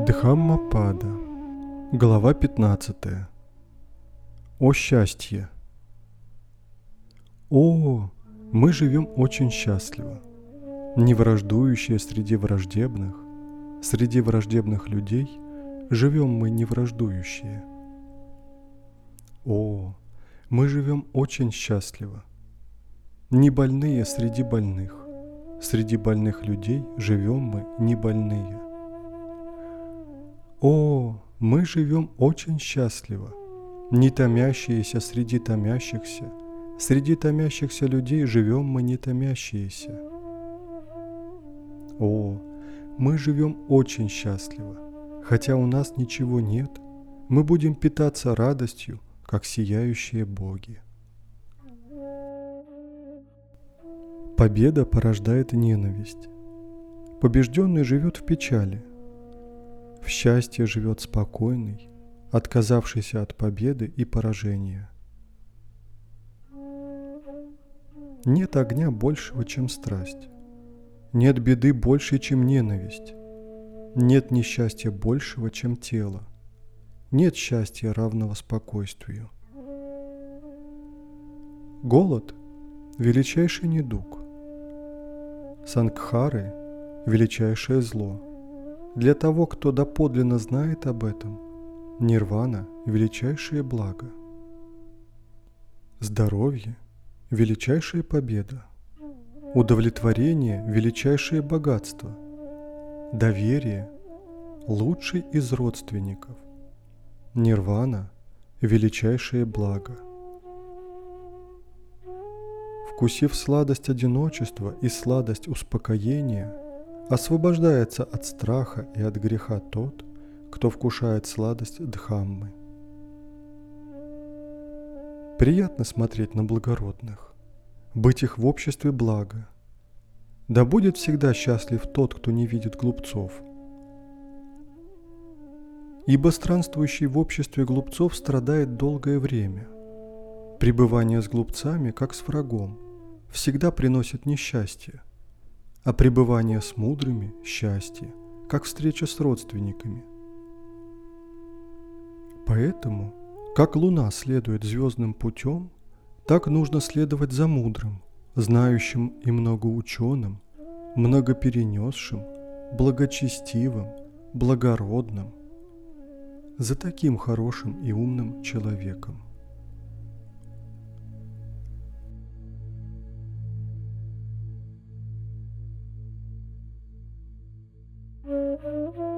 Дхаммапада. Глава 15. О счастье! О, мы живем очень счастливо. Не враждующие среди враждебных людей живем мы не враждующие. О, мы живем очень счастливо. Не больные среди больных людей живем мы не больные. О, мы живем очень счастливо. Не томящиеся среди томящихся людей живем мы не томящиеся. О, мы живем очень счастливо. Хотя у нас ничего нет, мы будем питаться радостью, как сияющие боги. Победа порождает ненависть. Побежденный живет в печали. В счастье живет спокойный, отказавшийся от победы и поражения. Нет огня большего, чем страсть. Нет беды больше, чем ненависть. Нет несчастья большего, чем тело. Нет счастья, равного спокойствию. Голод – величайший недуг. Сангхары – величайшее зло. Для того, кто доподлинно знает об этом, нирвана – величайшее благо. Здоровье – величайшая победа. Удовлетворение – величайшее богатство. Доверие – лучший из родственников. Нирвана – величайшее благо. Вкусив сладость одиночества и сладость успокоения, освобождается от страха и от греха тот, кто вкушает сладость Дхаммы. Приятно смотреть на благородных, быть их в обществе благо. Да будет всегда счастлив тот, кто не видит глупцов. Ибо странствующий в обществе глупцов страдает долгое время. Пребывание с глупцами, как с врагом, всегда приносит несчастье, а пребывание с мудрыми – счастье, как встреча с родственниками. Поэтому, как луна следует звездным путем, так нужно следовать за мудрым, знающим и многоученым, многоперенесшим, благочестивым, благородным, за таким хорошим и умным человеком. Thank you.